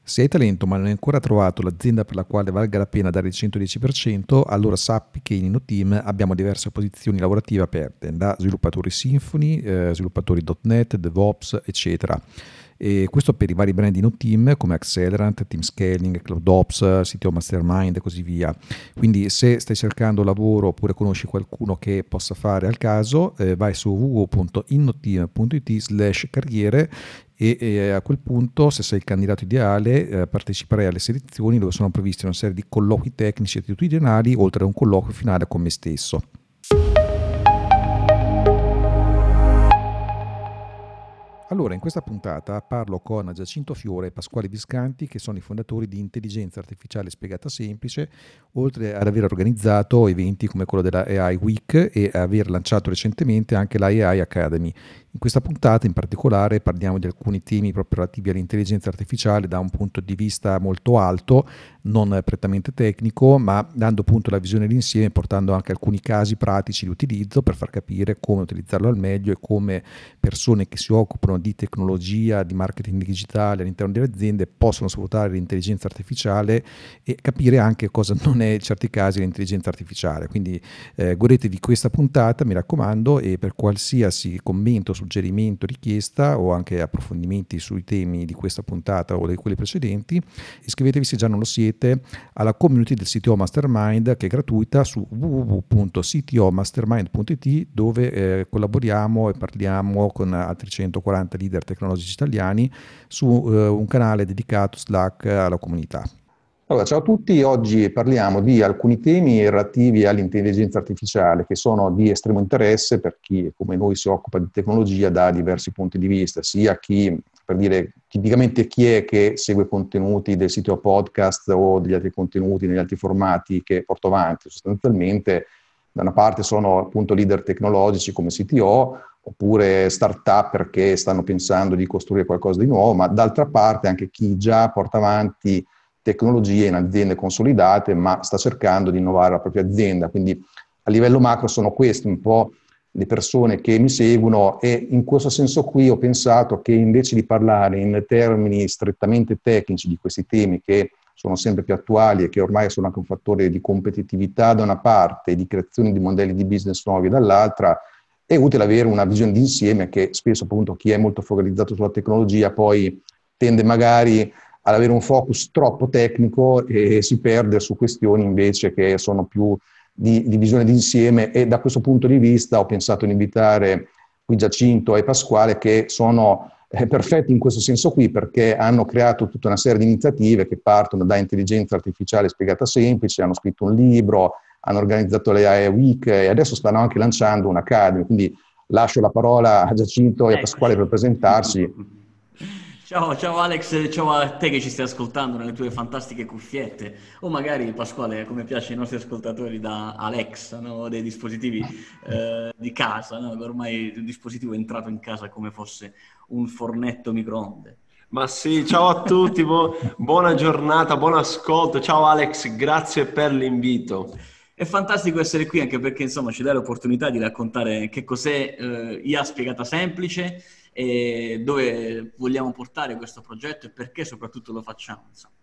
Se hai talento ma non hai ancora trovato l'azienda per la quale valga la pena dare il 110%, allora sappi che in InnoTeam abbiamo diverse posizioni lavorative aperte, da sviluppatori Symfony, sviluppatori .NET, DevOps, eccetera. E questo per i vari brand InnoTeam come Accelerant, TeamScaling, CloudOps, CTO Mastermind e così via. Quindi se stai cercando lavoro oppure conosci qualcuno che possa fare al caso, vai su www.innoteam.it/carriere e a quel punto, se sei il candidato ideale, parteciperai alle selezioni dove sono previsti una serie di colloqui tecnici e attitudinali, oltre a un colloquio finale con me stesso. Allora, in questa puntata parlo con Giacinto Fiore e Pasquale Viscanti, che sono i fondatori di Intelligenza Artificiale Spiegata Semplice, oltre ad aver organizzato eventi come quello della AI Week e aver lanciato recentemente anche la AI Academy. In questa puntata in particolare parliamo di alcuni temi proprio relativi all'intelligenza artificiale da un punto di vista molto alto, non prettamente tecnico, ma dando appunto la visione d'insieme, portando anche alcuni casi pratici di utilizzo per far capire come utilizzarlo al meglio e come persone che si occupano di tecnologia, di marketing digitale all'interno delle aziende possono sfruttare l'intelligenza artificiale e capire anche cosa non è in certi casi l'intelligenza artificiale. Quindi godetevi questa puntata, mi raccomando, e per qualsiasi commento, suggerimento, richiesta o anche approfondimenti sui temi di questa puntata o di quelli precedenti, iscrivetevi se già non lo siete alla community del CTO Mastermind, che è gratuita, su www.ctomastermind.it, dove collaboriamo e parliamo con altri 140 leader tecnologici italiani su un canale dedicato Slack alla comunità. Allora, ciao a tutti, oggi parliamo di alcuni temi relativi all'intelligenza artificiale che sono di estremo interesse per chi come noi si occupa di tecnologia da diversi punti di vista, sia chi, per dire, tipicamente chi è che segue contenuti del sito podcast o degli altri contenuti negli altri formati che porto avanti. Sostanzialmente, da una parte sono appunto leader tecnologici come CTO, oppure start-up perché stanno pensando di costruire qualcosa di nuovo, ma d'altra parte anche chi già porta avanti tecnologie in aziende consolidate, ma sta cercando di innovare la propria azienda. Quindi a livello macro sono queste un po' le persone che mi seguono e in questo senso qui ho pensato che invece di parlare in termini strettamente tecnici di questi temi che sono sempre più attuali e che ormai sono anche un fattore di competitività da una parte e di creazione di modelli di business nuovi dall'altra, è utile avere una visione d'insieme che spesso appunto chi è molto focalizzato sulla tecnologia poi tende magari ad avere un focus troppo tecnico e si perde su questioni invece che sono più di visione d'insieme, e da questo punto di vista ho pensato di invitare qui Giacinto e Pasquale che sono perfetti in questo senso qui perché hanno creato tutta una serie di iniziative che partono da intelligenza artificiale spiegata semplice, hanno scritto un libro, hanno organizzato le AI Week e adesso stanno anche lanciando un'Academy, quindi lascio la parola a Giacinto e a Pasquale Eccoci. per presentarsi. Ciao, ciao Alex, ciao a te che ci stai ascoltando nelle tue fantastiche cuffiette, o magari Pasquale, come piace ai nostri ascoltatori, da Alexa, no? Dei dispositivi di casa, no? Che ormai il dispositivo è entrato in casa come fosse un fornetto microonde. Ma sì, ciao a tutti, buona giornata, buon ascolto. Ciao Alex, grazie per l'invito. È fantastico essere qui anche perché insomma ci dai l'opportunità di raccontare che cos'è IA spiegata semplice e dove vogliamo portare questo progetto e perché soprattutto lo facciamo, insomma.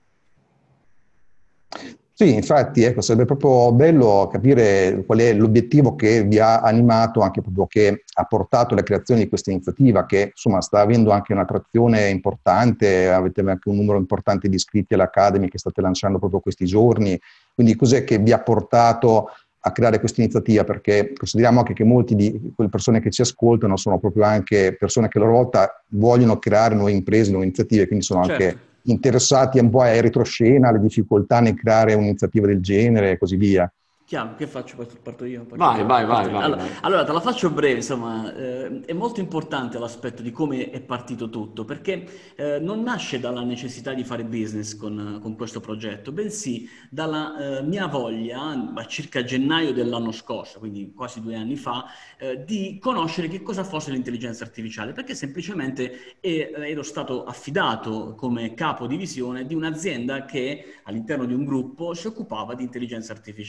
Sì, infatti, ecco, sarebbe proprio bello capire qual è l'obiettivo che vi ha animato, anche proprio che ha portato alla creazione di questa iniziativa, che insomma sta avendo anche un'attrazione importante, avete anche un numero importante di iscritti all'Academy che state lanciando proprio questi giorni, quindi cos'è che vi ha portato a creare questa iniziativa? Perché consideriamo anche che molti di quelle persone che ci ascoltano sono proprio anche persone che a loro volta vogliono creare nuove imprese, nuove iniziative, quindi sono Certo. anche interessati un po' a retroscena, alle difficoltà nel creare un'iniziativa del genere e così via. Chiaro, che faccio? Parto io? Vai, vai, vai, Parto io. vai, Allora, vai. allora, te la faccio breve, insomma, è molto importante l'aspetto di come è partito tutto, perché non nasce dalla necessità di fare business con questo progetto, bensì dalla mia voglia, a circa gennaio dell'anno scorso, quindi quasi 2 anni fa, di conoscere che cosa fosse l'intelligenza artificiale, perché semplicemente ero stato affidato come capo divisione di un'azienda che all'interno di un gruppo si occupava di intelligenza artificiale, quindi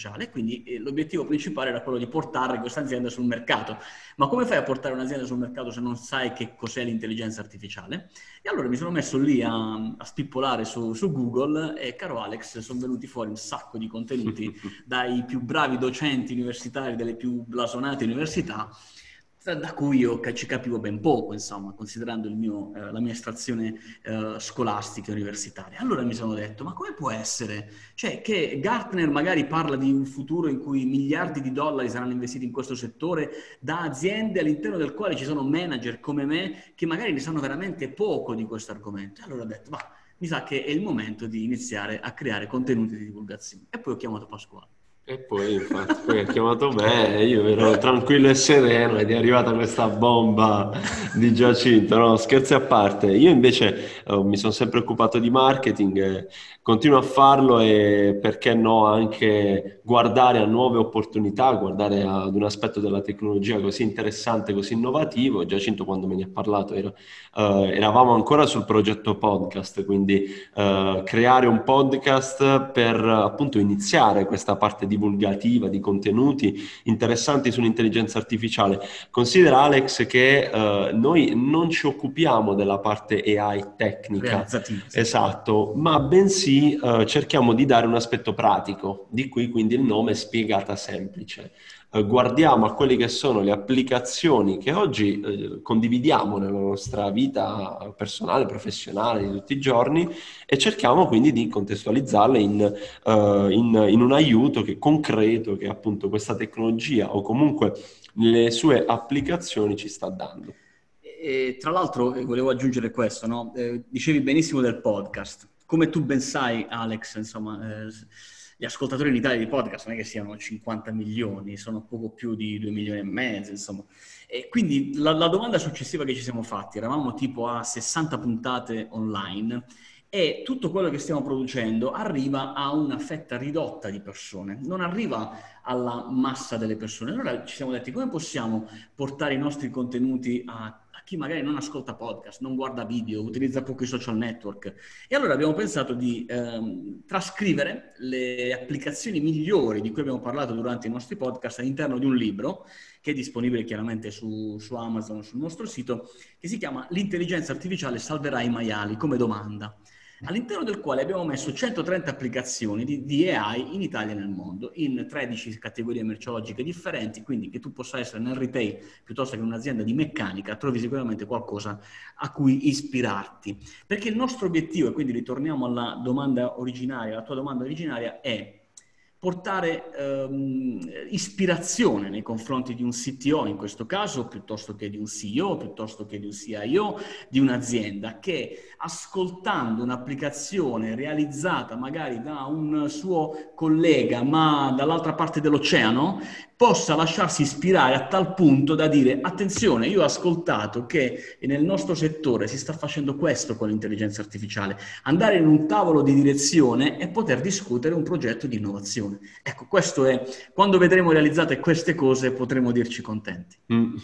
quindi l'obiettivo principale era quello di portare questa azienda sul mercato. Ma come fai a portare un'azienda sul mercato se non sai che cos'è l'intelligenza artificiale? E allora mi sono messo lì a spippolare su Google e, caro Alex, sono venuti fuori un sacco di contenuti dai più bravi docenti universitari delle più blasonate università, da cui io ci capivo ben poco, insomma, considerando la mia estrazione scolastica e universitaria. Allora mi sono detto, ma come può essere? Cioè, che Gartner magari parla di un futuro in cui miliardi di dollari saranno investiti in questo settore da aziende all'interno del quale ci sono manager come me che magari ne sanno veramente poco di questo argomento. E allora ho detto, ma mi sa che è il momento di iniziare a creare contenuti di divulgazione. E poi ho chiamato Pasquale. E poi, infatti, poi ha chiamato me, io ero tranquillo e sereno ed è arrivata questa bomba di Giacinto, no? Scherzi a parte. Io invece mi sono sempre occupato di marketing, continuo a farlo e perché no anche guardare a nuove opportunità, guardare ad un aspetto della tecnologia così interessante, così innovativo. Giacinto quando me ne ha parlato eravamo ancora sul progetto podcast, quindi creare un podcast per appunto iniziare questa parte divulgativa di contenuti interessanti sull'intelligenza artificiale. Considera, Alex, che noi non ci occupiamo della parte AI tecnica, esatto, ma bensì cerchiamo di dare un aspetto pratico, di qui quindi il nome Spiegata Semplice. Guardiamo a quelle che sono le applicazioni che oggi condividiamo nella nostra vita personale, professionale, di tutti i giorni e cerchiamo quindi di contestualizzarle in un aiuto concreto che appunto questa tecnologia o comunque le sue applicazioni ci sta dando. E, tra l'altro volevo aggiungere questo, no? Dicevi benissimo del podcast. Come tu ben sai, Alex, insomma... gli ascoltatori in Italia di podcast non è che siano 50 milioni, sono poco più di 2 milioni e mezzo, insomma. E quindi la domanda successiva che ci siamo fatti, eravamo tipo a 60 puntate online e tutto quello che stiamo producendo arriva a una fetta ridotta di persone, non arriva alla massa delle persone. Allora ci siamo detti, come possiamo portare i nostri contenuti a chi magari non ascolta podcast, non guarda video, utilizza poco i social network. E allora abbiamo pensato di trascrivere le applicazioni migliori di cui abbiamo parlato durante i nostri podcast all'interno di un libro che è disponibile chiaramente su Amazon, sul nostro sito, che si chiama L'intelligenza artificiale salverà i maiali come domanda, all'interno del quale abbiamo messo 130 applicazioni di AI in Italia e nel mondo, in 13 categorie merceologiche differenti, quindi che tu possa essere nel retail piuttosto che in un'azienda di meccanica, trovi sicuramente qualcosa a cui ispirarti. Perché il nostro obiettivo, e quindi ritorniamo alla domanda originaria, la tua domanda originaria, è portare ispirazione nei confronti di un CTO, in questo caso, piuttosto che di un CEO, piuttosto che di un CIO, di un'azienda, che ascoltando un'applicazione realizzata magari da un suo collega, ma dall'altra parte dell'oceano, possa lasciarsi ispirare a tal punto da dire: attenzione, io ho ascoltato che nel nostro settore si sta facendo questo con l'intelligenza artificiale, andare in un tavolo di direzione e poter discutere un progetto di innovazione. Ecco, questo è, quando vedremo realizzate queste cose potremo dirci contenti.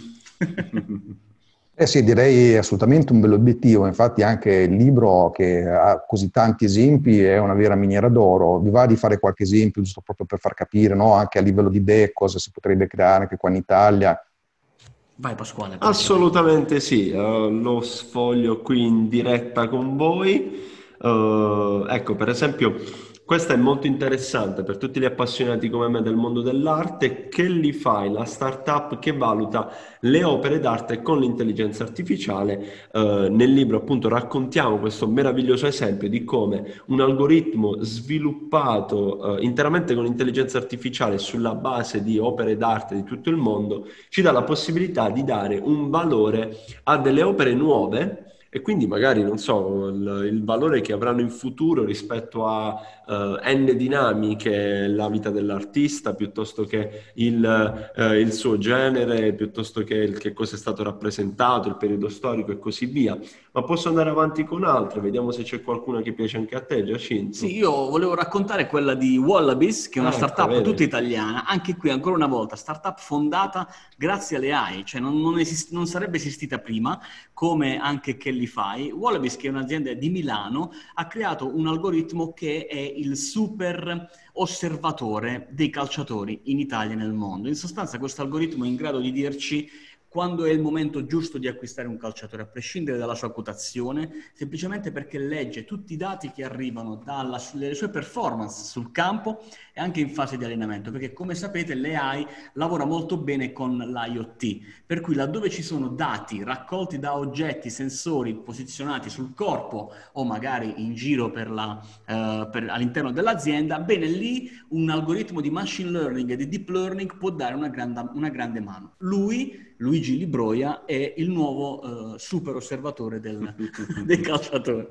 Sì, direi assolutamente un bell'obiettivo. Infatti anche il libro, che ha così tanti esempi, è una vera miniera d'oro. Vi va di fare qualche esempio giusto proprio per far capire, no? Anche a livello di idee cosa si potrebbe creare anche qua in Italia? Vai Pasquale. Assolutamente sì, lo sfoglio qui in diretta con voi. Ecco, per esempio, questa è molto interessante per tutti gli appassionati come me del mondo dell'arte. Che li fai? La startup che valuta le opere d'arte con l'intelligenza artificiale. Nel libro appunto raccontiamo questo meraviglioso esempio di come un algoritmo sviluppato interamente con l'intelligenza artificiale sulla base di opere d'arte di tutto il mondo ci dà la possibilità di dare un valore a delle opere nuove e quindi magari, non so, il valore che avranno in futuro rispetto a N dinamiche, la vita dell'artista, piuttosto che il suo genere, piuttosto che che cosa è stato rappresentato, il periodo storico e così via. Ma posso andare avanti con altre? Vediamo se c'è qualcuna che piace anche a te, Giacinto. Sì, io volevo raccontare quella di Wallabies, che è una startup tutta italiana, anche qui ancora una volta, startup fondata grazie alle AI, cioè non sarebbe esistita prima, come anche Kelly Simplify, Wallabies, che è un'azienda di Milano, ha creato un algoritmo che è il super osservatore dei calciatori in Italia e nel mondo. In sostanza questo algoritmo è in grado di dirci quando è il momento giusto di acquistare un calciatore, a prescindere dalla sua quotazione, semplicemente perché legge tutti i dati che arrivano dalle sue performance sul campo e anche in fase di allenamento, perché come sapete l'AI lavora molto bene con l'IoT, per cui laddove ci sono dati raccolti da oggetti, sensori posizionati sul corpo o magari in giro all'interno dell'azienda, bene lì un algoritmo di machine learning e di deep learning può dare una grande mano. Luigi Libroia è il nuovo super osservatore dei calciatori.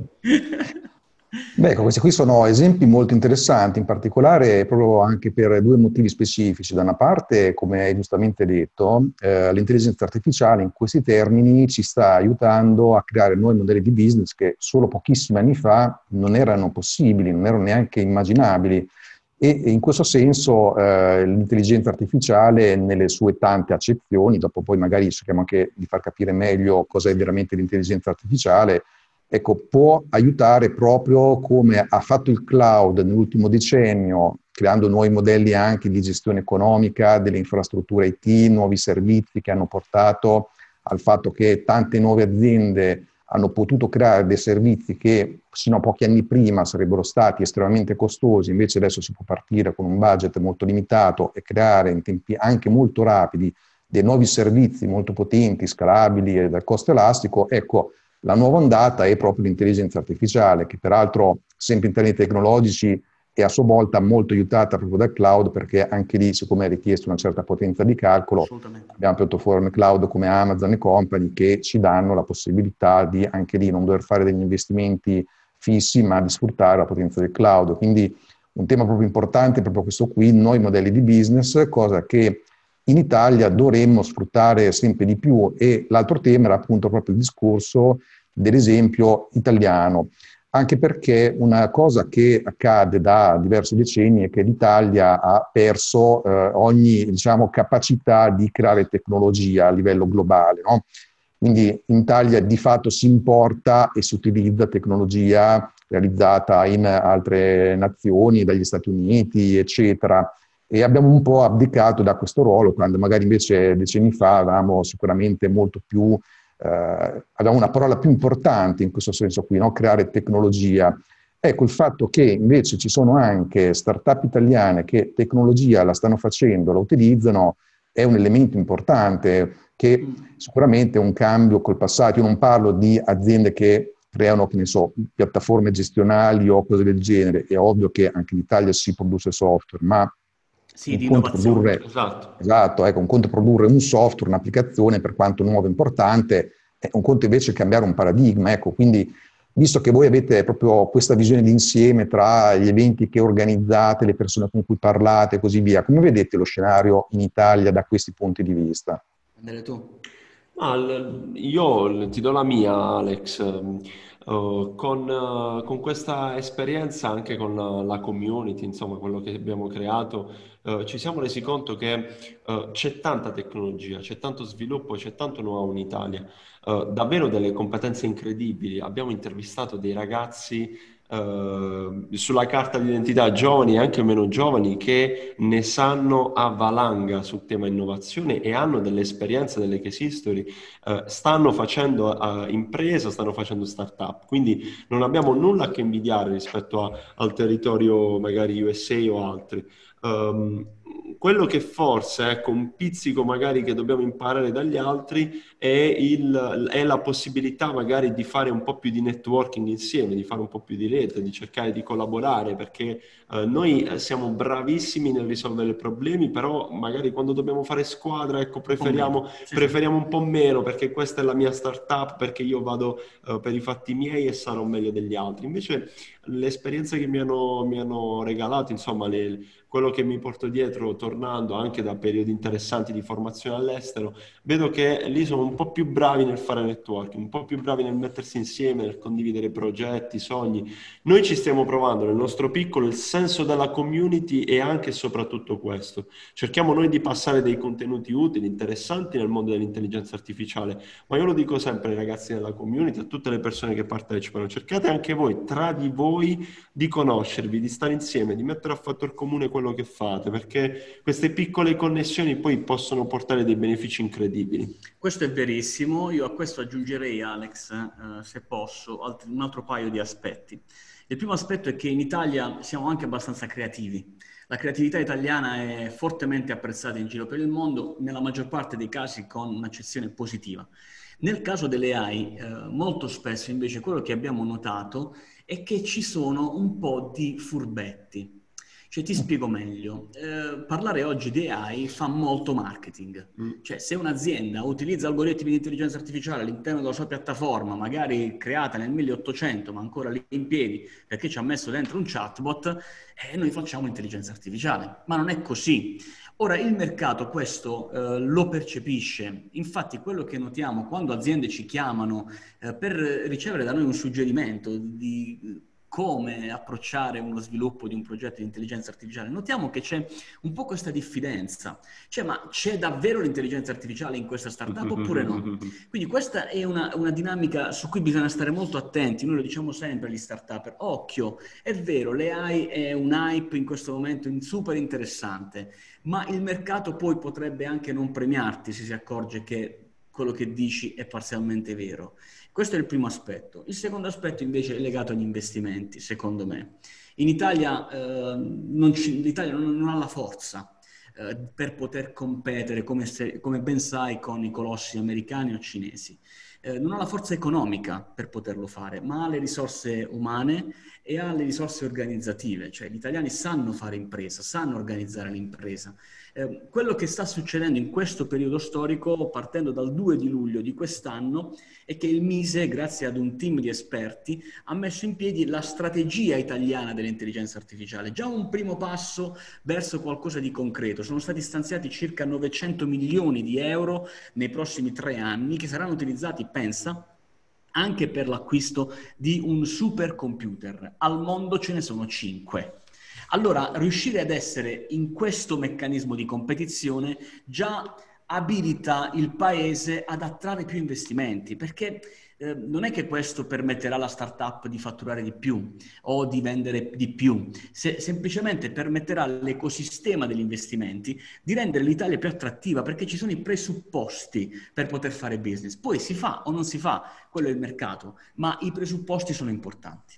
Beh, ecco, questi qui sono esempi molto interessanti, in particolare proprio anche per due motivi specifici. Da una parte, come hai giustamente detto, l'intelligenza artificiale in questi termini ci sta aiutando a creare nuovi modelli di business che solo pochissimi anni fa non erano possibili, non erano neanche immaginabili. E in questo senso l'intelligenza artificiale nelle sue tante accezioni, dopo poi magari cerchiamo anche di far capire meglio cosa è veramente l'intelligenza artificiale, ecco, può aiutare proprio come ha fatto il cloud nell'ultimo decennio, creando nuovi modelli anche di gestione economica delle infrastrutture IT, nuovi servizi che hanno portato al fatto che tante nuove aziende hanno potuto creare dei servizi che fino a pochi anni prima sarebbero stati estremamente costosi, invece adesso si può partire con un budget molto limitato e creare in tempi anche molto rapidi dei nuovi servizi molto potenti, scalabili e dal costo elastico. Ecco, la nuova ondata è proprio l'intelligenza artificiale, che peraltro sempre in termini tecnologici è a sua volta molto aiutata proprio dal cloud, perché anche lì, siccome è richiesto una certa potenza di calcolo, abbiamo piattaforme cloud come Amazon e compagni che ci danno la possibilità di anche lì non dover fare degli investimenti fissi, ma di sfruttare la potenza del cloud. Quindi un tema proprio importante è proprio questo qui, nuovi modelli di business, cosa che in Italia dovremmo sfruttare sempre di più. E l'altro tema era appunto proprio il discorso dell'esempio italiano. Anche perché una cosa che accade da diversi decenni è che l'Italia ha perso ogni, diciamo, capacità di creare tecnologia a livello globale, no? Quindi in Italia di fatto si importa e si utilizza tecnologia realizzata in altre nazioni, dagli Stati Uniti, eccetera. E abbiamo un po' abdicato da questo ruolo, quando magari invece decenni fa avevamo sicuramente molto più abbiamo una parola più importante in questo senso qui, no? Creare tecnologia. Ecco, il fatto che invece ci sono anche start-up italiane che tecnologia la stanno facendo, la utilizzano, è un elemento importante che sicuramente è un cambio col passato. Io non parlo di aziende che creano, che ne so, piattaforme gestionali o cose del genere. È ovvio che anche in Italia si produce software, ma sì, di innovazione. Esatto, ecco, un conto è produrre un software, un'applicazione, per quanto nuovo e importante, un conto invece è cambiare un paradigma. Ecco, quindi, visto che voi avete proprio questa visione d'insieme tra gli eventi che organizzate, le persone con cui parlate e così via, come vedete lo scenario in Italia da questi punti di vista? Andrea, tu? Io ti do la mia, Alex. Con questa esperienza, anche con la community, insomma, quello che abbiamo creato, ci siamo resi conto che c'è tanta tecnologia, c'è tanto sviluppo, c'è tanto know-how in Italia, davvero delle competenze incredibili. Abbiamo intervistato dei ragazzi sulla carta d'identità, giovani e anche meno giovani, che ne sanno a valanga sul tema innovazione e hanno delle esperienze, delle case history, stanno facendo impresa, stanno facendo start-up, quindi non abbiamo nulla a che invidiare rispetto al territorio magari USA o altri. Quello che forse, ecco, un pizzico magari che dobbiamo imparare dagli altri è la possibilità magari di fare un po' più di networking insieme, di fare un po' più di rete, di cercare di collaborare, perché noi siamo bravissimi nel risolvere problemi, però magari quando dobbiamo fare squadra, ecco, preferiamo un po' meno, perché questa è la mia startup, perché io vado per i fatti miei e sarò meglio degli altri. Invece le esperienze che mi hanno regalato, insomma, quello che mi porto dietro, tornando tornando anche da periodi interessanti di formazione all'estero, vedo che lì sono un po' più bravi nel fare networking, un po' più bravi nel mettersi insieme, nel condividere progetti, sogni. Noi ci stiamo provando nel nostro piccolo il senso della community e anche e soprattutto questo. Cerchiamo noi di passare dei contenuti utili, interessanti nel mondo dell'intelligenza artificiale, ma io lo dico sempre ai ragazzi della community, a tutte le persone che partecipano, cercate anche voi, tra di voi, di conoscervi, di stare insieme, di mettere a fattor comune quello che fate, perché queste piccole connessioni poi possono portare dei benefici incredibili. Questo è verissimo. Io a questo aggiungerei, Alex, se posso, un altro paio di aspetti. Il primo aspetto è che in Italia siamo anche abbastanza creativi. La creatività italiana è fortemente apprezzata in giro per il mondo, nella maggior parte dei casi con un'accezione positiva. Nel caso delle AI, molto spesso invece quello che abbiamo notato è che ci sono un po' di furbetti. Cioè, ti spiego meglio. Parlare oggi di AI fa molto marketing. Cioè, se un'azienda utilizza algoritmi di intelligenza artificiale all'interno della sua piattaforma, magari creata nel 1800, ma ancora lì in piedi, perché ci ha messo dentro un chatbot, noi facciamo intelligenza artificiale. Ma non è così. Ora, il mercato questo lo percepisce. Infatti, quello che notiamo quando aziende ci chiamano per ricevere da noi un suggerimento di come approcciare uno sviluppo di un progetto di intelligenza artificiale, notiamo che c'è un po' questa diffidenza. Cioè, ma c'è davvero l'intelligenza artificiale in questa startup oppure no? Quindi questa è una dinamica su cui bisogna stare molto attenti. Noi lo diciamo sempre agli startup. Occhio, è vero, le AI è un hype in questo momento super interessante, ma il mercato poi potrebbe anche non premiarti se si accorge che quello che dici è parzialmente vero. Questo è il primo aspetto. Il secondo aspetto invece è legato agli investimenti, secondo me. In Italia l'Italia non ha la forza per poter competere, come ben sai, con i colossi americani o cinesi. Non ha la forza economica per poterlo fare, ma ha le risorse umane e ha le risorse organizzative. Cioè, gli italiani sanno fare impresa, sanno organizzare l'impresa. Quello che sta succedendo in questo periodo storico, partendo dal 2 di luglio di quest'anno, è che il MISE, grazie ad un team di esperti, ha messo in piedi la strategia italiana dell'intelligenza artificiale. Già un primo passo verso qualcosa di concreto. Sono stati stanziati circa 900 milioni di euro nei prossimi 3 anni, che saranno utilizzati, pensa, anche per l'acquisto di un supercomputer. Al mondo ce ne sono 5. Allora, riuscire ad essere in questo meccanismo di competizione già abilita il paese ad attrarre più investimenti, perché non è che questo permetterà alla startup di fatturare di più o di vendere di più, semplicemente permetterà all'ecosistema degli investimenti di rendere l'Italia più attrattiva, perché ci sono i presupposti per poter fare business. Poi si fa o non si fa, quello è il mercato, ma i presupposti sono importanti.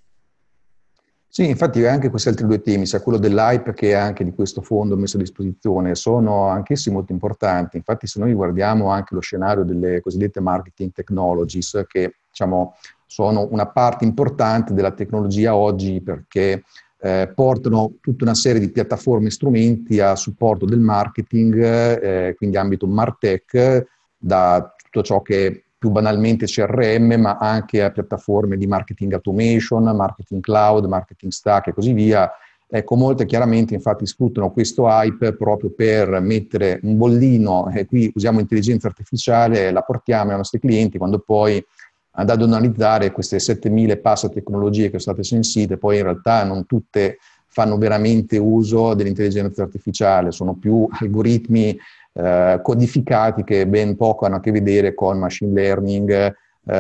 Sì, infatti anche questi altri due temi, sia quello dell'hype che anche di questo fondo messo a disposizione, sono anch'essi molto importanti. Infatti se noi guardiamo anche lo scenario delle cosiddette marketing technologies, che diciamo sono una parte importante della tecnologia oggi, perché portano tutta una serie di piattaforme e strumenti a supporto del marketing, quindi ambito MarTech, da tutto ciò che più banalmente CRM, ma anche a piattaforme di marketing automation, marketing cloud, marketing stack e così via. Ecco, molte chiaramente infatti sfruttano questo hype proprio per mettere un bollino, e qui usiamo intelligenza artificiale, la portiamo ai nostri clienti, quando poi andando ad analizzare queste 7000 e passa tecnologie che sono state censite, poi in realtà non tutte fanno veramente uso dell'intelligenza artificiale, sono più algoritmi codificati che ben poco hanno a che vedere con machine learning,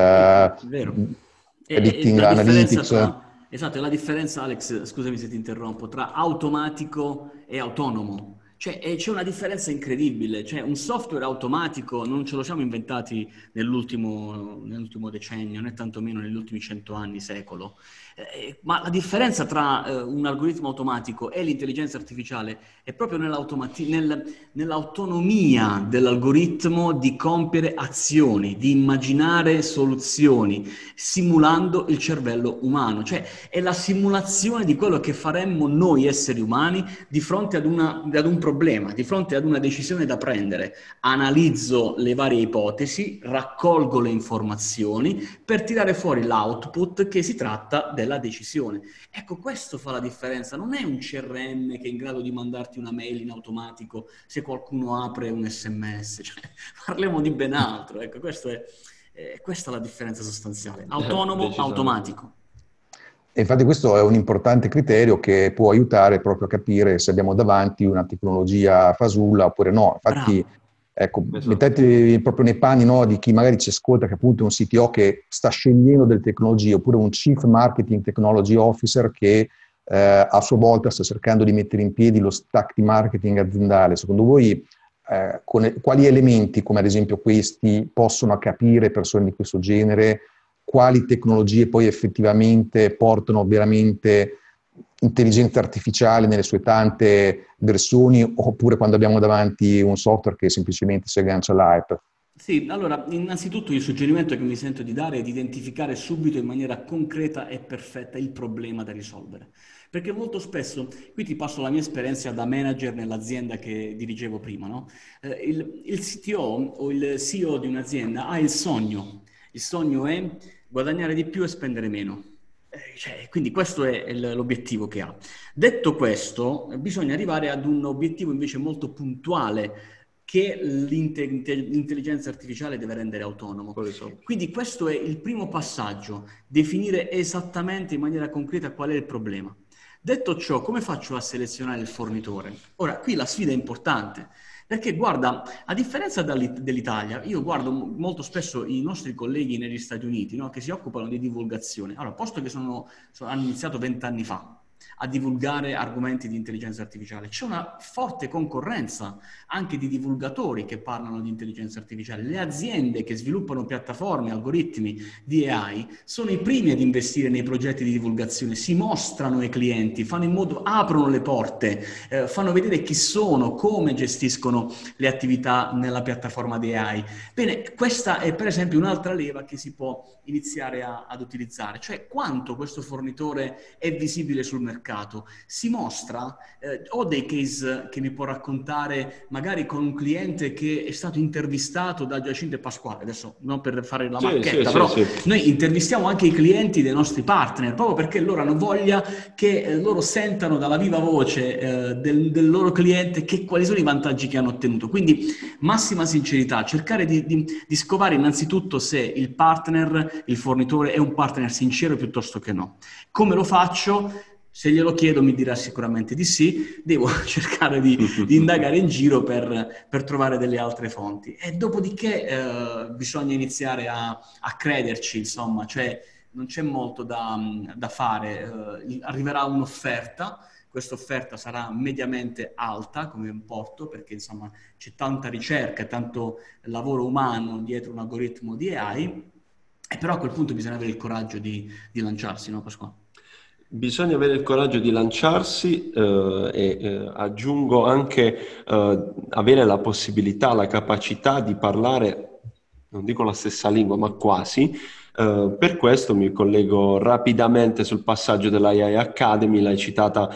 predicting analytics. Esatto, è la differenza, Alex, scusami se ti interrompo, tra automatico e autonomo. Cioè, c'è una differenza incredibile. Cioè, un software automatico non ce lo siamo inventati nell'ultimo decennio, né tantomeno negli ultimi 100 anni, secolo. Ma la differenza tra un algoritmo automatico e l'intelligenza artificiale è proprio nell'autonomia dell'algoritmo di compiere azioni, di immaginare soluzioni, simulando il cervello umano. Cioè, è la simulazione di quello che faremmo noi esseri umani di fronte ad un problema, di fronte ad una decisione da prendere, analizzo le varie ipotesi, raccolgo le informazioni per tirare fuori l'output che si tratta della decisione. Ecco, questo fa la differenza. Non è un CRM che è in grado di mandarti una mail in automatico se qualcuno apre un SMS. Cioè, parliamo di ben altro. Ecco, questa è la differenza sostanziale. Autonomo, automatico. E infatti questo è un importante criterio che può aiutare proprio a capire se abbiamo davanti una tecnologia fasulla oppure no. Infatti, ecco, mettetevi proprio nei panni, no, di chi magari ci ascolta, che appunto è un CTO che sta scegliendo delle tecnologie, oppure un Chief Marketing Technology Officer che a sua volta sta cercando di mettere in piedi lo stack di marketing aziendale. Secondo voi quali elementi, come ad esempio questi, possono capire persone di questo genere? Quali tecnologie poi effettivamente portano veramente intelligenza artificiale nelle sue tante versioni, oppure quando abbiamo davanti un software che semplicemente si aggancia all'hype? Sì, allora, innanzitutto il suggerimento che mi sento di dare è di identificare subito in maniera concreta e perfetta il problema da risolvere. Perché molto spesso, qui ti passo la mia esperienza da manager nell'azienda che dirigevo prima, no? Il CTO o il CEO di un'azienda ha il sogno. Il sogno è guadagnare di più e spendere meno. Quindi questo è l'obiettivo che ha. Detto questo, bisogna arrivare ad un obiettivo invece molto puntuale che l'intelligenza artificiale deve rendere autonomo. Quindi questo è il primo passaggio, definire esattamente in maniera concreta qual è il problema. Detto ciò, come faccio a selezionare il fornitore? Ora, qui la sfida è importante. Perché guarda, a differenza dell'Italia, io guardo molto spesso i nostri colleghi negli Stati Uniti, no, che si occupano di divulgazione. Allora, posto che hanno iniziato 20 anni fa a divulgare argomenti di intelligenza artificiale, c'è una forte concorrenza anche di divulgatori che parlano di intelligenza artificiale. Le aziende che sviluppano piattaforme, algoritmi di AI sono i primi ad investire nei progetti di divulgazione, si mostrano ai clienti, fanno in modo, aprono le porte, fanno vedere chi sono, come gestiscono le attività nella piattaforma di AI. Bene, questa è per esempio un'altra leva che si può iniziare ad utilizzare, cioè quanto questo fornitore è visibile sul mercato. Si mostra, ho dei case che mi può raccontare magari con un cliente che è stato intervistato da Giacinto e Pasquale, adesso non per fare la marchetta, però noi intervistiamo anche i clienti dei nostri partner, proprio perché loro hanno voglia che loro sentano dalla viva voce del loro cliente quali sono i vantaggi che hanno ottenuto. Quindi massima sincerità, cercare di scovare innanzitutto se il partner, il fornitore è un partner sincero piuttosto che no. Come lo faccio? Se glielo chiedo mi dirà sicuramente di sì, devo cercare di indagare in giro per trovare delle altre fonti. E dopodiché bisogna iniziare a crederci, insomma, cioè non c'è molto da fare. Arriverà un'offerta, questa offerta sarà mediamente alta come importo, perché insomma c'è tanta ricerca, tanto lavoro umano dietro un algoritmo di AI, e però a quel punto bisogna avere il coraggio di lanciarsi, no Pasquale? Bisogna avere il coraggio di lanciarsi e aggiungo anche avere la possibilità, la capacità di parlare, non dico la stessa lingua, ma quasi. Per questo mi collego rapidamente sul passaggio dell'AI Academy, l'hai citata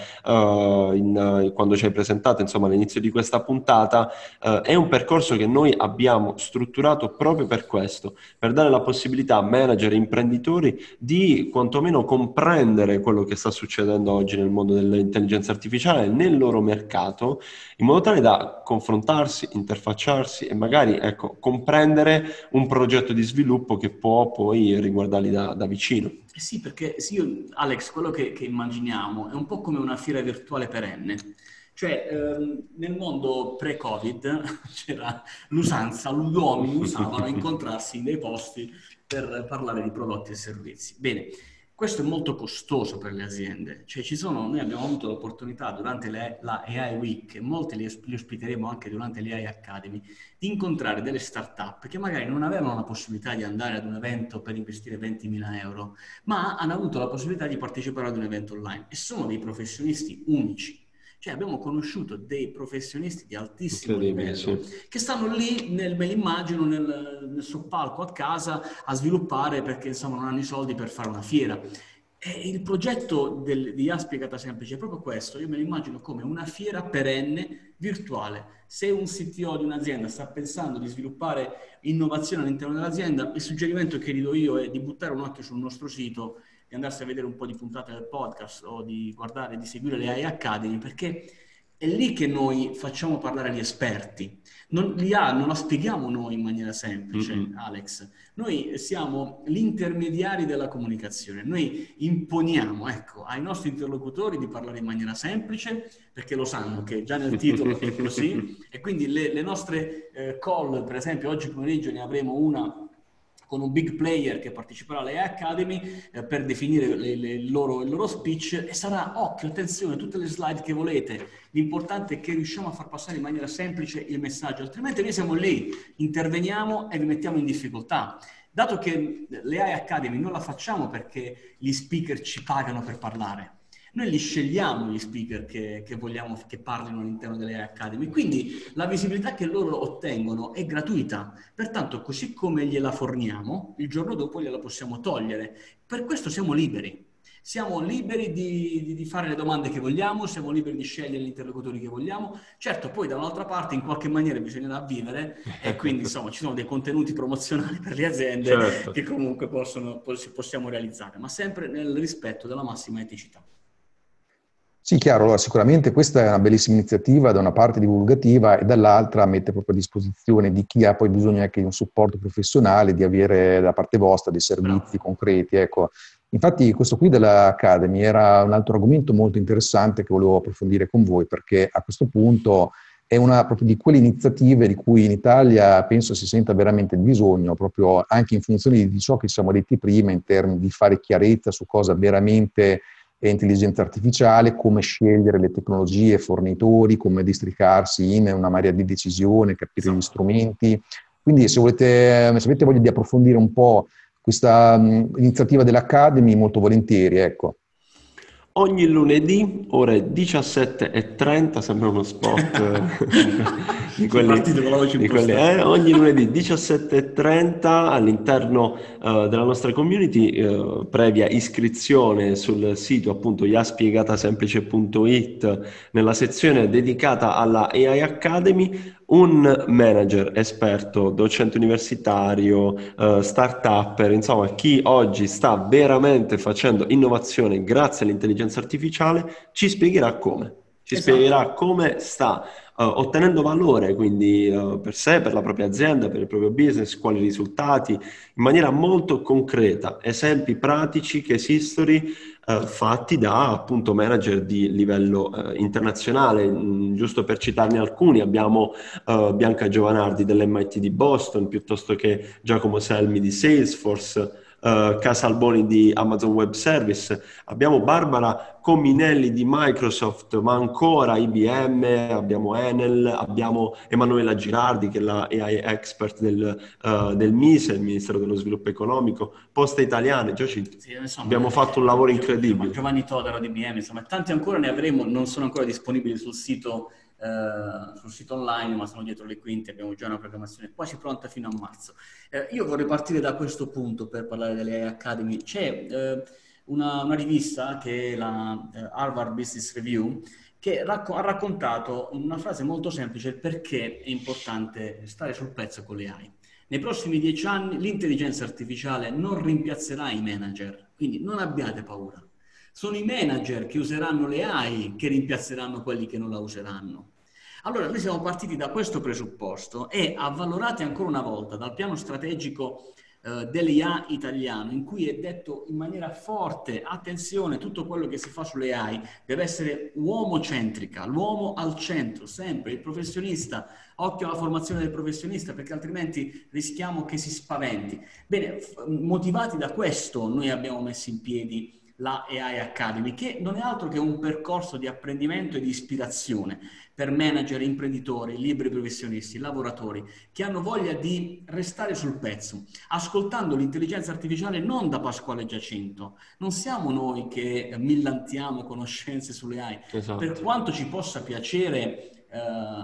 quando ci hai presentato, insomma, all'inizio di questa puntata. È un percorso che noi abbiamo strutturato proprio per questo, per dare la possibilità a manager e imprenditori di quantomeno comprendere quello che sta succedendo oggi nel mondo dell'intelligenza artificiale, nel loro mercato, in modo tale da confrontarsi, interfacciarsi e magari, ecco, comprendere un progetto di sviluppo che può poi riguardarli da vicino. Sì, perché sì, Alex, quello che immaginiamo è un po' come una fiera virtuale perenne. Cioè, nel mondo pre-Covid c'era l'usanza, gli uomini usavano incontrarsi in dei posti per parlare di prodotti e servizi. Bene, questo è molto costoso per le aziende. Cioè, noi abbiamo avuto l'opportunità durante la AI Week, e molti li ospiteremo anche durante l'AI Academy, di incontrare delle start-up che magari non avevano la possibilità di andare ad un evento per investire 20.000 euro, ma hanno avuto la possibilità di partecipare ad un evento online e sono dei professionisti unici. Cioè abbiamo conosciuto dei professionisti di altissimo livello che stanno lì, me li immagino, nel soppalco a casa a sviluppare perché insomma non hanno i soldi per fare una fiera. E il progetto di IA Spiegata Semplice è proprio questo. Io me lo immagino come una fiera perenne virtuale. Se un CTO di un'azienda sta pensando di sviluppare innovazione all'interno dell'azienda, il suggerimento che gli do io è di buttare un occhio sul nostro sito, di andarsi a vedere un po' di puntate del podcast o di guardare, di seguire le AI Academy, perché è lì che noi facciamo parlare gli esperti. L'IA non la spieghiamo noi in maniera semplice, Alex. Noi siamo gli intermediari della comunicazione. Noi imponiamo, ecco, ai nostri interlocutori di parlare in maniera semplice, perché lo sanno che già nel titolo è così. E quindi le nostre call, per esempio, oggi pomeriggio ne avremo una con un big player che parteciperà alle Academy per definire il loro speech, e sarà, occhio, attenzione, tutte le slide che volete, l'importante è che riusciamo a far passare in maniera semplice il messaggio, altrimenti noi siamo lì, interveniamo e vi mettiamo in difficoltà. Dato che le AI Academy non la facciamo perché gli speaker ci pagano per parlare, noi li scegliamo gli speaker che vogliamo che parlino all'interno delle AI Academy, quindi la visibilità che loro ottengono è gratuita, pertanto così come gliela forniamo, il giorno dopo gliela possiamo togliere. Per questo siamo liberi di fare le domande che vogliamo, siamo liberi di scegliere gli interlocutori che vogliamo. Certo, poi da un'altra parte in qualche maniera bisognerà vivere e quindi insomma ci sono dei contenuti promozionali per le aziende, certo, che comunque possiamo realizzare, ma sempre nel rispetto della massima eticità. Sì, chiaro, allora, sicuramente questa è una bellissima iniziativa, da una parte divulgativa e dall'altra mette proprio a disposizione di chi ha poi bisogno anche di un supporto professionale, di avere da parte vostra dei servizi concreti. Ecco. Infatti questo qui dell'Academy era un altro argomento molto interessante che volevo approfondire con voi, perché a questo punto è una proprio di quelle iniziative di cui in Italia penso si senta veramente bisogno, proprio anche in funzione di ciò che siamo detti prima, in termini di fare chiarezza su cosa veramente è intelligenza artificiale, come scegliere le tecnologie, fornitori, come districarsi in una marea di decisione, capire gli strumenti. Quindi se avete voglia di approfondire un po' questa iniziativa dell'Academy, molto volentieri, ecco. Ogni lunedì, ore 17:30, sembra uno spot di quelli, ogni lunedì 17:30 all'interno della nostra community, previa iscrizione sul sito appunto iaspiegatasemplice.it, nella sezione dedicata alla AI Academy, un manager esperto, docente universitario, start-upper, insomma chi oggi sta veramente facendo innovazione grazie all'intelligenza artificiale, ci spiegherà come. Spiegherà come sta ottenendo valore, quindi per sé, per la propria azienda, per il proprio business, quali risultati, in maniera molto concreta, esempi pratici, case history, fatti da appunto manager di livello internazionale. Giusto per citarne alcuni, abbiamo Bianca Giovanardi dell'MIT di Boston, piuttosto che Giacomo Selmi di Salesforce, Casa Alboni di Amazon Web Service, abbiamo Barbara Cominelli di Microsoft, ma ancora IBM, abbiamo Enel, abbiamo Emanuela Girardi che è la AI expert del MISE, il Ministero dello Sviluppo Economico, Poste Italiane, Giacinto. Sì, insomma, abbiamo fatto un lavoro incredibile. Giovanni Todaro di IBM, insomma, tanti ancora ne avremo, non sono ancora disponibili sul sito online, ma sono dietro le quinte, abbiamo già una programmazione quasi pronta fino a marzo. Io vorrei partire da questo punto per parlare delle AI Academy. C'è una rivista che è la Harvard Business Review che ha raccontato una frase molto semplice perché è importante stare sul pezzo con le AI. Nei prossimi 10 anni l'intelligenza artificiale non rimpiazzerà i manager, quindi non abbiate paura. Sono i manager che useranno le AI che rimpiazzeranno quelli che non la useranno. Allora, noi siamo partiti da questo presupposto e avvalorati ancora una volta dal piano strategico dell'IA italiano, in cui è detto in maniera forte, attenzione, tutto quello che si fa sulle AI deve essere uomo-centrica, l'uomo al centro, sempre, il professionista, occhio alla formazione del professionista, perché altrimenti rischiamo che si spaventi. Bene, motivati da questo, noi abbiamo messo in piedi la AI Academy, che non è altro che un percorso di apprendimento e di ispirazione per manager, imprenditori, liberi professionisti, lavoratori che hanno voglia di restare sul pezzo, ascoltando l'intelligenza artificiale non da Pasquale Giacinto. Non siamo noi che millantiamo conoscenze sulle AI. Esatto. Per quanto ci possa piacere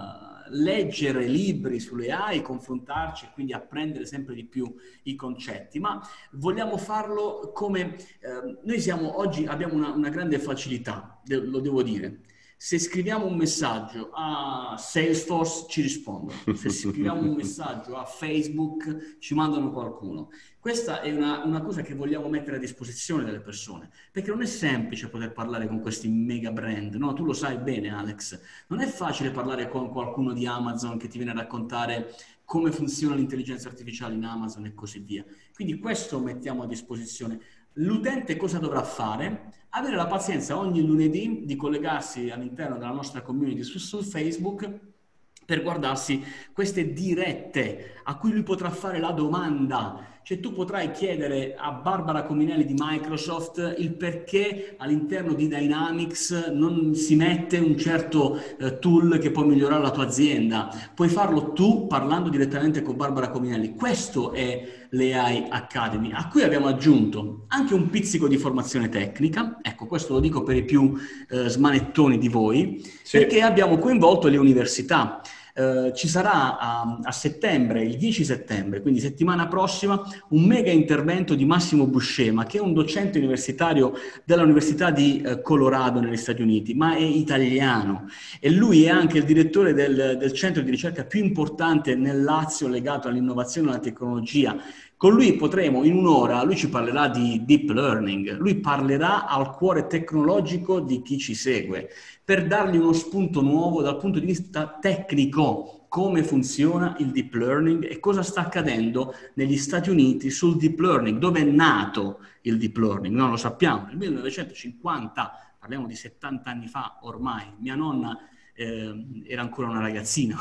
leggere libri sulle AI, confrontarci e quindi apprendere sempre di più i concetti, ma vogliamo farlo come... noi oggi abbiamo una grande facilità, lo devo dire. Se scriviamo un messaggio a Salesforce ci rispondono, se scriviamo un messaggio a Facebook ci mandano qualcuno. Questa è una cosa che vogliamo mettere a disposizione delle persone, perché non è semplice poter parlare con questi mega brand, no? Tu lo sai bene, Alex, non è facile parlare con qualcuno di Amazon che ti viene a raccontare come funziona l'intelligenza artificiale in Amazon e così via. Quindi questo mettiamo a disposizione. L'utente cosa dovrà fare? Avere la pazienza ogni lunedì di collegarsi all'interno della nostra community su Facebook per guardarsi queste dirette a cui lui potrà fare la domanda. Cioè tu potrai chiedere a Barbara Cominelli di Microsoft il perché all'interno di Dynamics non si mette un certo tool che può migliorare la tua azienda. Puoi farlo tu parlando direttamente con Barbara Cominelli. Questo è l'AI Academy, a cui abbiamo aggiunto anche un pizzico di formazione tecnica. Ecco, questo lo dico per i più smanettoni di voi, sì, perché abbiamo coinvolto le università. Ci sarà a settembre, il 10 settembre, quindi settimana prossima, un mega intervento di Massimo Buscema, che è un docente universitario dell'Università di Colorado negli Stati Uniti, ma è italiano, e lui è anche il direttore del centro di ricerca più importante nel Lazio legato all'innovazione e alla tecnologia. Con lui potremo, in un'ora, lui ci parlerà di deep learning, lui parlerà al cuore tecnologico di chi ci segue, per dargli uno spunto nuovo dal punto di vista tecnico, come funziona il deep learning e cosa sta accadendo negli Stati Uniti sul deep learning, dove è nato il deep learning. Noi lo sappiamo, nel 1950, parliamo di 70 anni fa ormai, mia nonna era ancora una ragazzina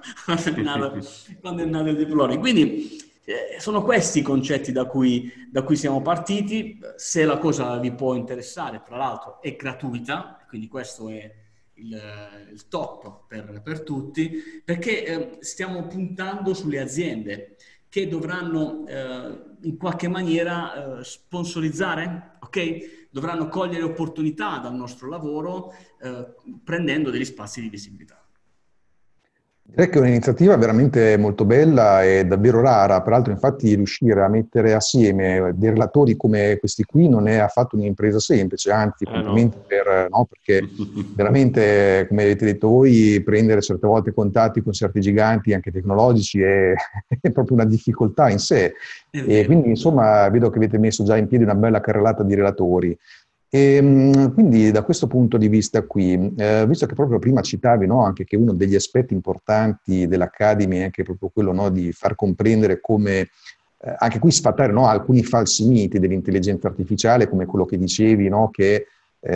quando è nato il deep learning. Quindi sono questi i concetti da cui siamo partiti. Se la cosa vi può interessare, tra l'altro è gratuita, quindi questo è il top per tutti, perché stiamo puntando sulle aziende che dovranno in qualche maniera sponsorizzare, ok? Dovranno cogliere opportunità dal nostro lavoro prendendo degli spazi di visibilità. Direi che è un'iniziativa veramente molto bella e davvero rara. Peraltro, infatti, riuscire a mettere assieme dei relatori come questi qui non è affatto un'impresa semplice, anzi, complimenti perché veramente, come avete detto voi, prendere certe volte contatti con certi giganti, anche tecnologici, è proprio una difficoltà in sé. E quindi, insomma, vedo che avete messo già in piedi una bella carrellata di relatori. E quindi da questo punto di vista qui, visto che proprio prima citavi, no, anche che uno degli aspetti importanti dell'Academy è anche proprio quello, no, di far comprendere come anche qui sfatare, no, alcuni falsi miti dell'intelligenza artificiale, come quello che dicevi, no, che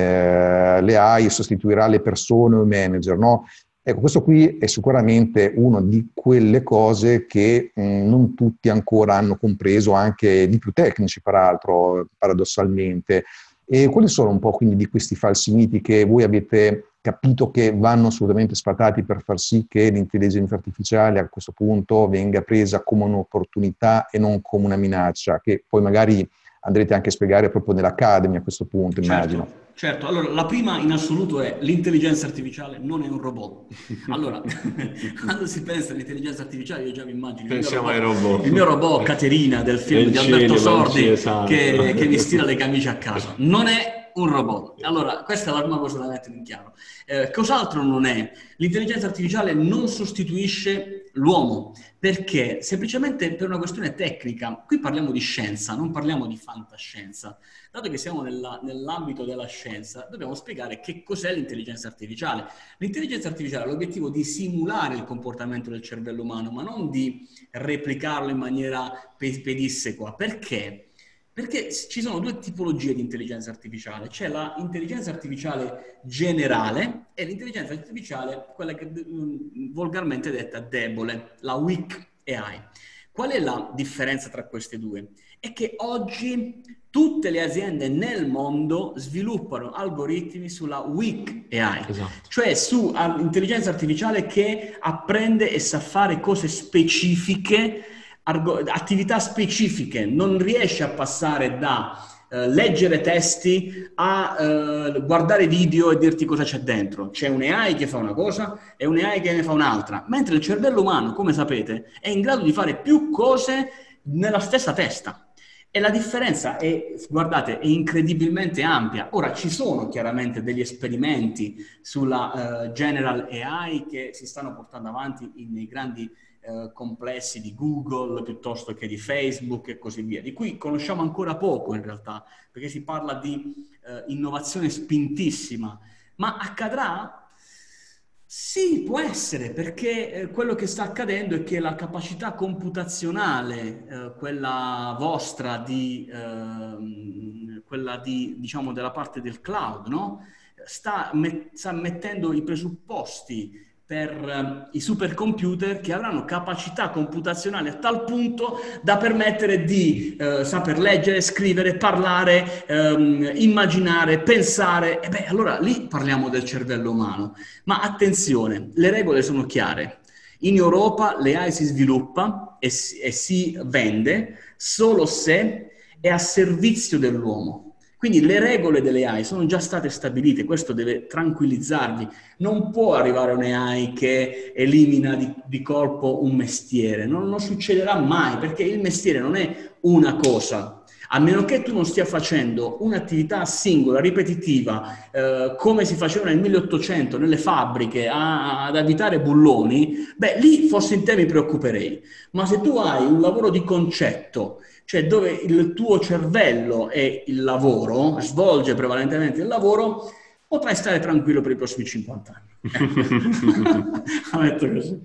le AI sostituirà le persone o i manager, no? Ecco, questo qui è sicuramente una di quelle cose che non tutti ancora hanno compreso, anche di più tecnici peraltro, paradossalmente. E quali sono un po' quindi di questi falsi miti che voi avete capito che vanno assolutamente sfatati per far sì che l'intelligenza artificiale a questo punto venga presa come un'opportunità e non come una minaccia, che poi magari andrete anche a spiegare proprio nell'Academy a questo punto, immagino. Certo, allora la prima in assoluto è l'intelligenza artificiale non è un robot. Allora, quando si pensa all'intelligenza artificiale, io già mi immagino il mio robot Caterina del film di Alberto Sordi che mi stira le camicie a caso. Non è un robot. Allora, questa è la prima cosa da mettere in chiaro. Cos'altro non è? L'intelligenza artificiale non sostituisce l'uomo, perché semplicemente per una questione tecnica. Qui parliamo di scienza, non parliamo di fantascienza. Dato che siamo nell'ambito della scienza, dobbiamo spiegare che cos'è l'intelligenza artificiale. L'intelligenza artificiale ha l'obiettivo di simulare il comportamento del cervello umano, ma non di replicarlo in maniera pedissequa. Perché? Perché ci sono due tipologie di intelligenza artificiale. C'è l'intelligenza artificiale generale e l'intelligenza artificiale, quella che volgarmente detta debole, la weak AI. Qual è la differenza tra queste due? È che oggi tutte le aziende nel mondo sviluppano algoritmi sulla weak AI, esatto, cioè su intelligenza artificiale che apprende e sa fare cose specifiche, attività specifiche, non riesce a passare da leggere testi, a guardare video e dirti cosa c'è dentro. C'è un AI che fa una cosa e un AI che ne fa un'altra, mentre il cervello umano, come sapete, è in grado di fare più cose nella stessa testa. E la differenza è, guardate, è incredibilmente ampia. Ora, ci sono chiaramente degli esperimenti sulla General AI che si stanno portando avanti nei grandi complessi di Google piuttosto che di Facebook e così via, di cui conosciamo ancora poco in realtà, perché si parla di innovazione spintissima. Ma accadrà? Sì, può essere, perché quello che sta accadendo è che la capacità computazionale, quella vostra quella diciamo, della parte del cloud, no? Sta mettendo i presupposti per i supercomputer che avranno capacità computazionale a tal punto da permettere di saper leggere, scrivere, parlare, immaginare, pensare. E beh, allora lì parliamo del cervello umano. Ma attenzione, le regole sono chiare. In Europa l'AI si sviluppa e si vende solo se è a servizio dell'uomo. Quindi le regole delle AI sono già state stabilite, questo deve tranquillizzarvi. Non può arrivare un AI che elimina di colpo un mestiere, non succederà mai, perché il mestiere non è una cosa. A meno che tu non stia facendo un'attività singola, ripetitiva, come si faceva nel 1800 nelle fabbriche ad avvitare bulloni, beh, lì forse in te mi preoccuperei. Ma se tu hai un lavoro di concetto, cioè dove il tuo cervello è il lavoro, svolge prevalentemente il lavoro, potrai stare tranquillo per i prossimi 50 anni. Ha detto così.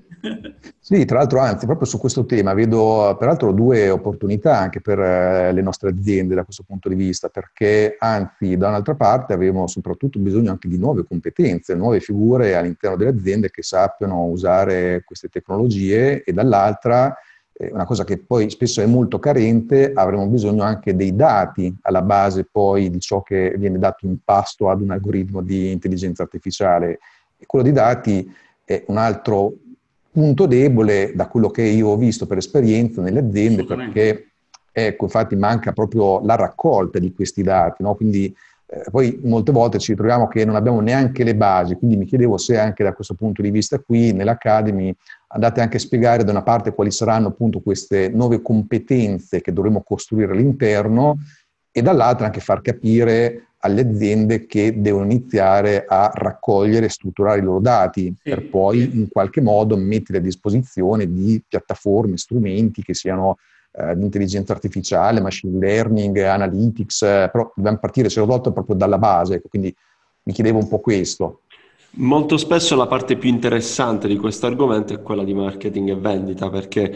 Sì, tra l'altro, anzi, proprio su questo tema vedo peraltro due opportunità anche per le nostre aziende da questo punto di vista, perché anzi, da un'altra parte abbiamo soprattutto bisogno anche di nuove competenze, nuove figure all'interno delle aziende che sappiano usare queste tecnologie e dall'altra, una cosa che poi spesso è molto carente, avremo bisogno anche dei dati alla base poi di ciò che viene dato in pasto ad un algoritmo di intelligenza artificiale. E quello dei dati è un altro punto debole da quello che io ho visto per esperienza nelle aziende, perché ecco, infatti manca proprio la raccolta di questi dati, no? Quindi poi molte volte ci ritroviamo che non abbiamo neanche le basi, quindi mi chiedevo se anche da questo punto di vista qui nell'Academy andate anche a spiegare da una parte quali saranno appunto queste nuove competenze che dovremo costruire all'interno e dall'altra anche far capire alle aziende che devono iniziare a raccogliere e strutturare i loro dati per poi in qualche modo mettere a disposizione di piattaforme, strumenti che siano di intelligenza artificiale, machine learning, analytics, però dobbiamo partire se volta proprio dalla base, quindi mi chiedevo un po' questo. Molto spesso la parte più interessante di questo argomento è quella di marketing e vendita, perché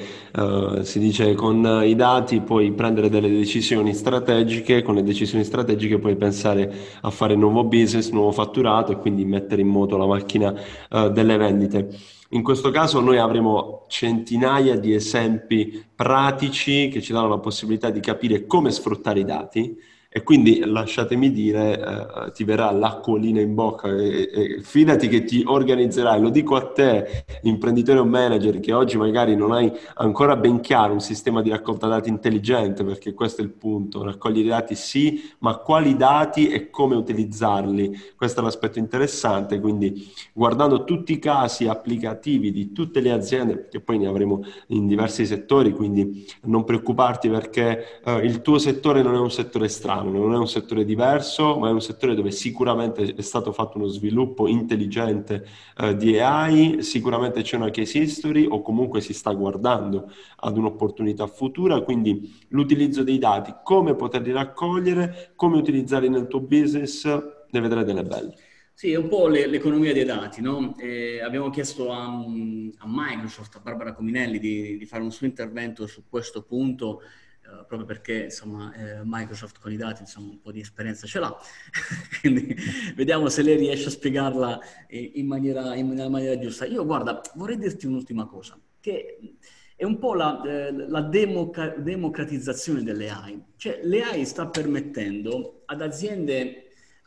si dice con i dati puoi prendere delle decisioni strategiche, con le decisioni strategiche puoi pensare a fare nuovo business, nuovo fatturato e quindi mettere in moto la macchina delle vendite. In questo caso noi avremo centinaia di esempi pratici che ci danno la possibilità di capire come sfruttare i dati. E quindi lasciatemi dire, ti verrà l'acquolina in bocca e fidati che ti organizzerai. Lo dico a te, imprenditore o manager, che oggi magari non hai ancora ben chiaro un sistema di raccolta dati intelligente, perché questo è il punto. Raccogliere i dati sì, ma quali dati e come utilizzarli? Questo è l'aspetto interessante, quindi guardando tutti i casi applicativi di tutte le aziende, perché poi ne avremo in diversi settori, quindi non preoccuparti perché il tuo settore non è un settore strano, non è un settore diverso, ma è un settore dove sicuramente è stato fatto uno sviluppo intelligente di AI, sicuramente c'è una case history o comunque si sta guardando ad un'opportunità futura, quindi l'utilizzo dei dati, come poterli raccogliere, come utilizzarli nel tuo business, ne vedrai delle belle. Sì, è un po' l'economia dei dati, no? Abbiamo chiesto a Microsoft, a Barbara Cominelli, di fare un suo intervento su questo punto, proprio perché insomma Microsoft con i dati insomma un po' di esperienza ce l'ha, quindi vediamo se lei riesce a spiegarla in maniera giusta. Io guarda, vorrei dirti un'ultima cosa, che è un po' la democratizzazione delle AI. Cioè l'AI sta permettendo ad aziende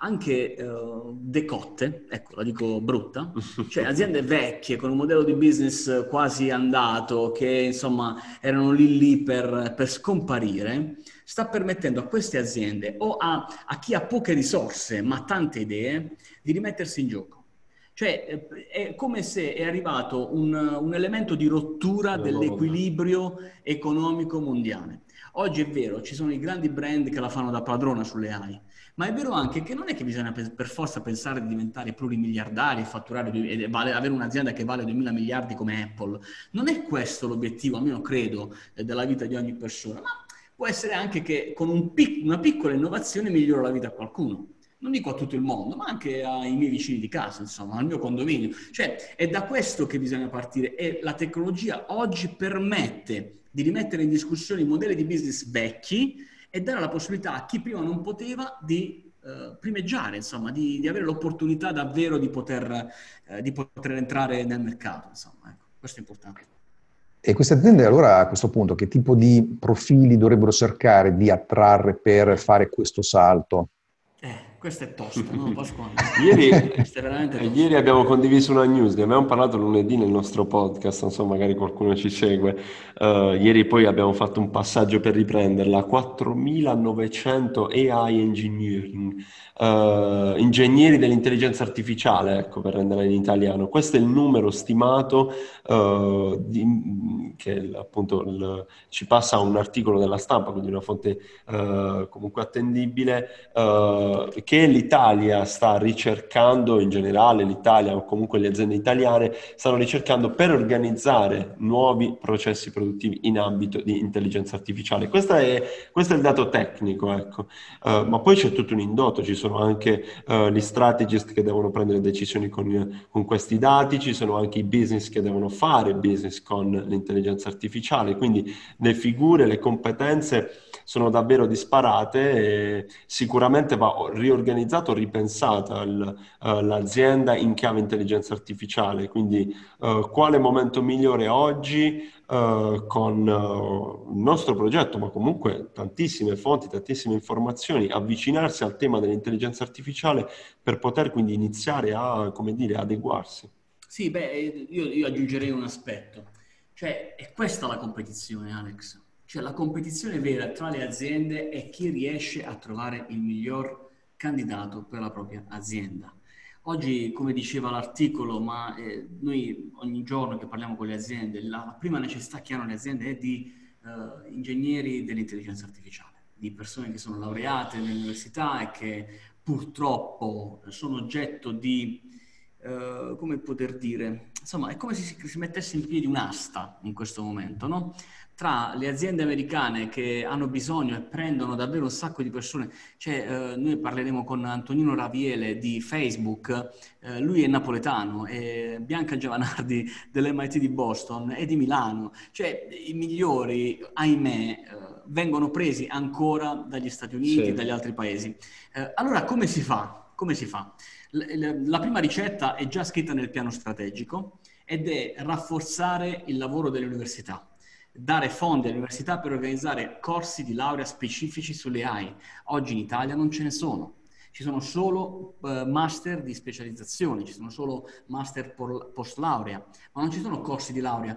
anche decotte, ecco, la dico brutta, cioè aziende vecchie con un modello di business quasi andato, che insomma erano lì per scomparire, sta permettendo a queste aziende o a chi ha poche risorse ma tante idee di rimettersi in gioco. Cioè è come se è arrivato un elemento di rottura dell'equilibrio economico mondiale. Oggi è vero, ci sono i grandi brand che la fanno da padrona sulle AI, ma è vero anche che non è che bisogna per forza pensare di diventare plurimiliardari e fatturare avere un'azienda che vale 2000 miliardi come Apple. Non è questo l'obiettivo, almeno credo, della vita di ogni persona, ma può essere anche che con una piccola innovazione migliora la vita a qualcuno. Non dico a tutto il mondo, ma anche ai miei vicini di casa, insomma, al mio condominio. Cioè, è da questo che bisogna partire e la tecnologia oggi permette di rimettere in discussione i modelli di business vecchi e dare la possibilità a chi prima non poteva di primeggiare, insomma, di avere l'opportunità davvero di poter entrare nel mercato, insomma, ecco, questo è importante. E queste aziende allora a questo punto che tipo di profili dovrebbero cercare di attrarre per fare questo salto? Questa è tosta, no Pasquale? Questa è veramente tosta. Ieri abbiamo condiviso una news, ne abbiamo parlato lunedì nel nostro podcast, non so, magari qualcuno ci segue. Ieri poi abbiamo fatto un passaggio per riprenderla, 4.900 AI engineering, ingegneri dell'intelligenza artificiale, ecco, per renderla in italiano. Questo è il numero stimato che appunto ci passa un articolo della stampa, quindi una fonte comunque attendibile, che l'Italia sta ricercando, in generale l'Italia o comunque le aziende italiane stanno ricercando per organizzare nuovi processi produttivi in ambito di intelligenza artificiale. Questo è il dato tecnico, ecco. Ma poi c'è tutto un indotto, ci sono anche gli strategist che devono prendere decisioni con questi dati, ci sono anche i business che devono fare business con l'intelligenza artificiale, quindi le figure, le competenze sono davvero disparate e sicuramente va riorganizzata, ripensata l'azienda in chiave intelligenza artificiale, quindi quale momento migliore oggi con il nostro progetto, ma comunque tantissime fonti, tantissime informazioni, avvicinarsi al tema dell'intelligenza artificiale per poter quindi iniziare a, come dire, adeguarsi. Sì, beh, io aggiungerei un aspetto, cioè è questa la competizione, Alex. Cioè la competizione vera tra le aziende è chi riesce a trovare il miglior candidato per la propria azienda. Oggi, come diceva l'articolo, ma noi ogni giorno che parliamo con le aziende, la prima necessità che hanno le aziende è di ingegneri dell'intelligenza artificiale, di persone che sono laureate nell'università e che purtroppo sono oggetto di come poter dire, insomma, è come se si mettesse in piedi un'asta in questo momento, no? Tra le aziende americane che hanno bisogno e prendono davvero un sacco di persone, cioè noi parleremo con Antonino Raviele di Facebook, lui è napoletano, e Bianca Giovanardi dell'MIT di Boston è di Milano, cioè i migliori, ahimè, vengono presi ancora dagli Stati Uniti e dagli altri paesi. Allora come si fa? Come si fa? La prima ricetta è già scritta nel piano strategico ed è rafforzare il lavoro delle università, dare fondi alle università per organizzare corsi di laurea specifici sulle AI. Oggi in Italia non ce ne sono. Ci sono solo master di specializzazione, ci sono solo master post laurea, ma non ci sono corsi di laurea.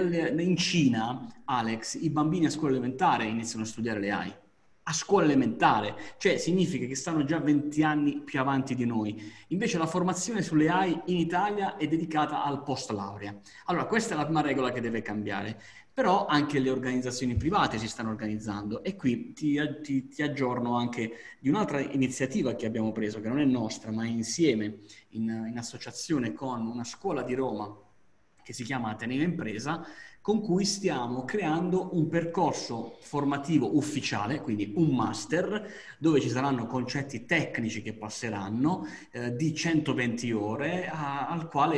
In Cina, Alex, i bambini a scuola elementare iniziano a studiare le AI. A scuola elementare, cioè significa che stanno già 20 anni più avanti di noi. Invece la formazione sulle AI in Italia è dedicata al post laurea. Allora questa è la prima regola che deve cambiare, però anche le organizzazioni private si stanno organizzando e qui ti aggiorno anche di un'altra iniziativa che abbiamo preso, che non è nostra, ma è insieme in associazione con una scuola di Roma che si chiama Ateneo Impresa, con cui stiamo creando un percorso formativo ufficiale, quindi un master, dove ci saranno concetti tecnici che passeranno di 120 ore, al quale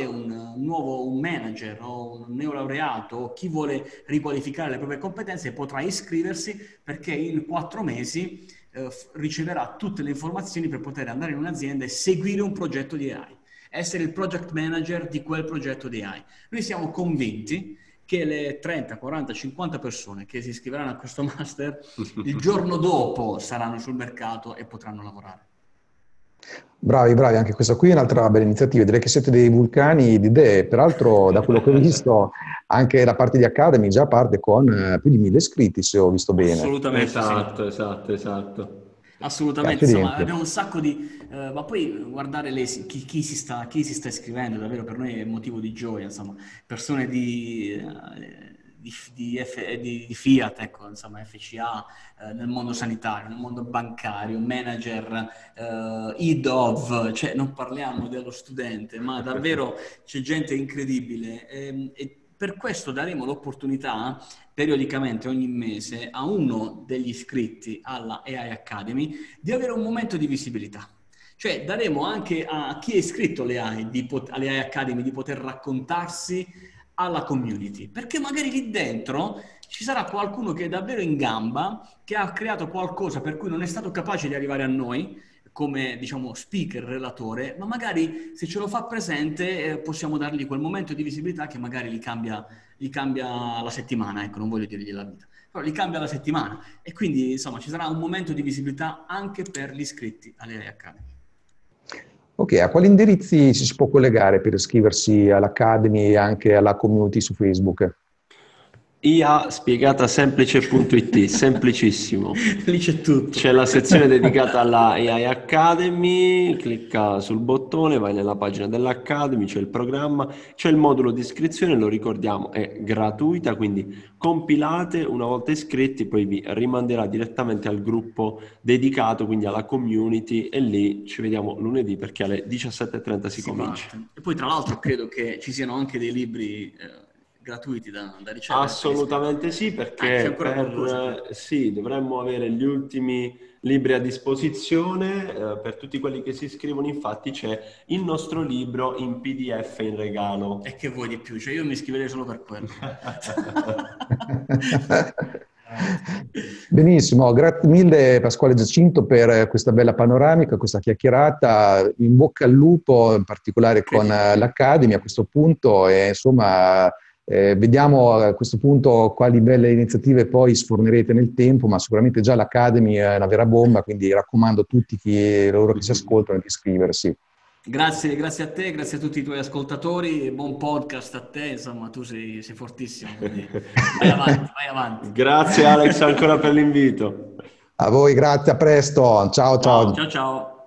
un manager o un neolaureato o chi vuole riqualificare le proprie competenze potrà iscriversi, perché in 4 mesi riceverà tutte le informazioni per poter andare in un'azienda e seguire un progetto di AI, essere il project manager di quel progetto di AI. Noi siamo convinti che le 30, 40, 50 persone che si iscriveranno a questo master il giorno dopo saranno sul mercato e potranno lavorare. Bravi, bravi, anche questa qui è un'altra bella iniziativa. Direi che siete dei vulcani di idee. Peraltro, da quello che ho visto, anche la parte di Academy già parte con più di 1000 iscritti, se ho visto bene. Assolutamente sì. Esatto. Assolutamente, insomma, Accidenti. abbiamo un sacco di... ma poi guardare chi si sta iscrivendo, davvero per noi è motivo di gioia, insomma, persone di Fiat, ecco, insomma, FCA, nel mondo sanitario, nel mondo bancario, manager, IDOV, cioè non parliamo dello studente, ma davvero c'è gente incredibile. E per questo daremo l'opportunità periodicamente ogni mese a uno degli iscritti alla AI Academy di avere un momento di visibilità. Cioè daremo anche a chi è iscritto alle alle AI Academy di poter raccontarsi alla community, perché magari lì dentro ci sarà qualcuno che è davvero in gamba, che ha creato qualcosa per cui non è stato capace di arrivare a noi come, diciamo, speaker, relatore, ma magari se ce lo fa presente possiamo dargli quel momento di visibilità che magari gli cambia la settimana, ecco, non voglio dirgli la vita, però gli cambia la settimana e quindi insomma ci sarà un momento di visibilità anche per gli iscritti alle Academy. Ok, a quali indirizzi ci si può collegare per iscriversi all'Academy e anche alla community su Facebook? IA spiegata semplice.it, semplicissimo. Lì c'è tutto. C'è la sezione dedicata alla AI Academy, clicca sul bottone, vai nella pagina dell'Academy, c'è il programma, c'è il modulo di iscrizione, lo ricordiamo, è gratuita, quindi compilate, una volta iscritti, poi vi rimanderà direttamente al gruppo dedicato, quindi alla community, e lì ci vediamo lunedì perché alle 17:30 si comincia. Parte. E poi tra l'altro credo che ci siano anche dei libri gratuiti da ricevere. Assolutamente sì, c'è perché ancora qualcosa. sì, dovremmo avere gli ultimi libri a disposizione. Per tutti quelli che si iscrivono, infatti, c'è il nostro libro in PDF in regalo. E che vuoi di più? Cioè io mi iscriverei solo per quello. Benissimo, grazie mille Pasquale Giacinto per questa bella panoramica, questa chiacchierata. In bocca al lupo, in particolare con l'Academy a questo punto, e insomma vediamo a questo punto quali belle iniziative poi sfornerete nel tempo, ma sicuramente già l'Academy è una vera bomba, quindi raccomando a tutti loro che si ascoltano di iscriversi. Grazie a te, grazie a tutti i tuoi ascoltatori, buon podcast a te, insomma tu sei fortissimo, quindi vai avanti, vai avanti. Grazie Alex ancora per l'invito. A voi, grazie, a presto. Ciao, ciao. Ciao, ciao.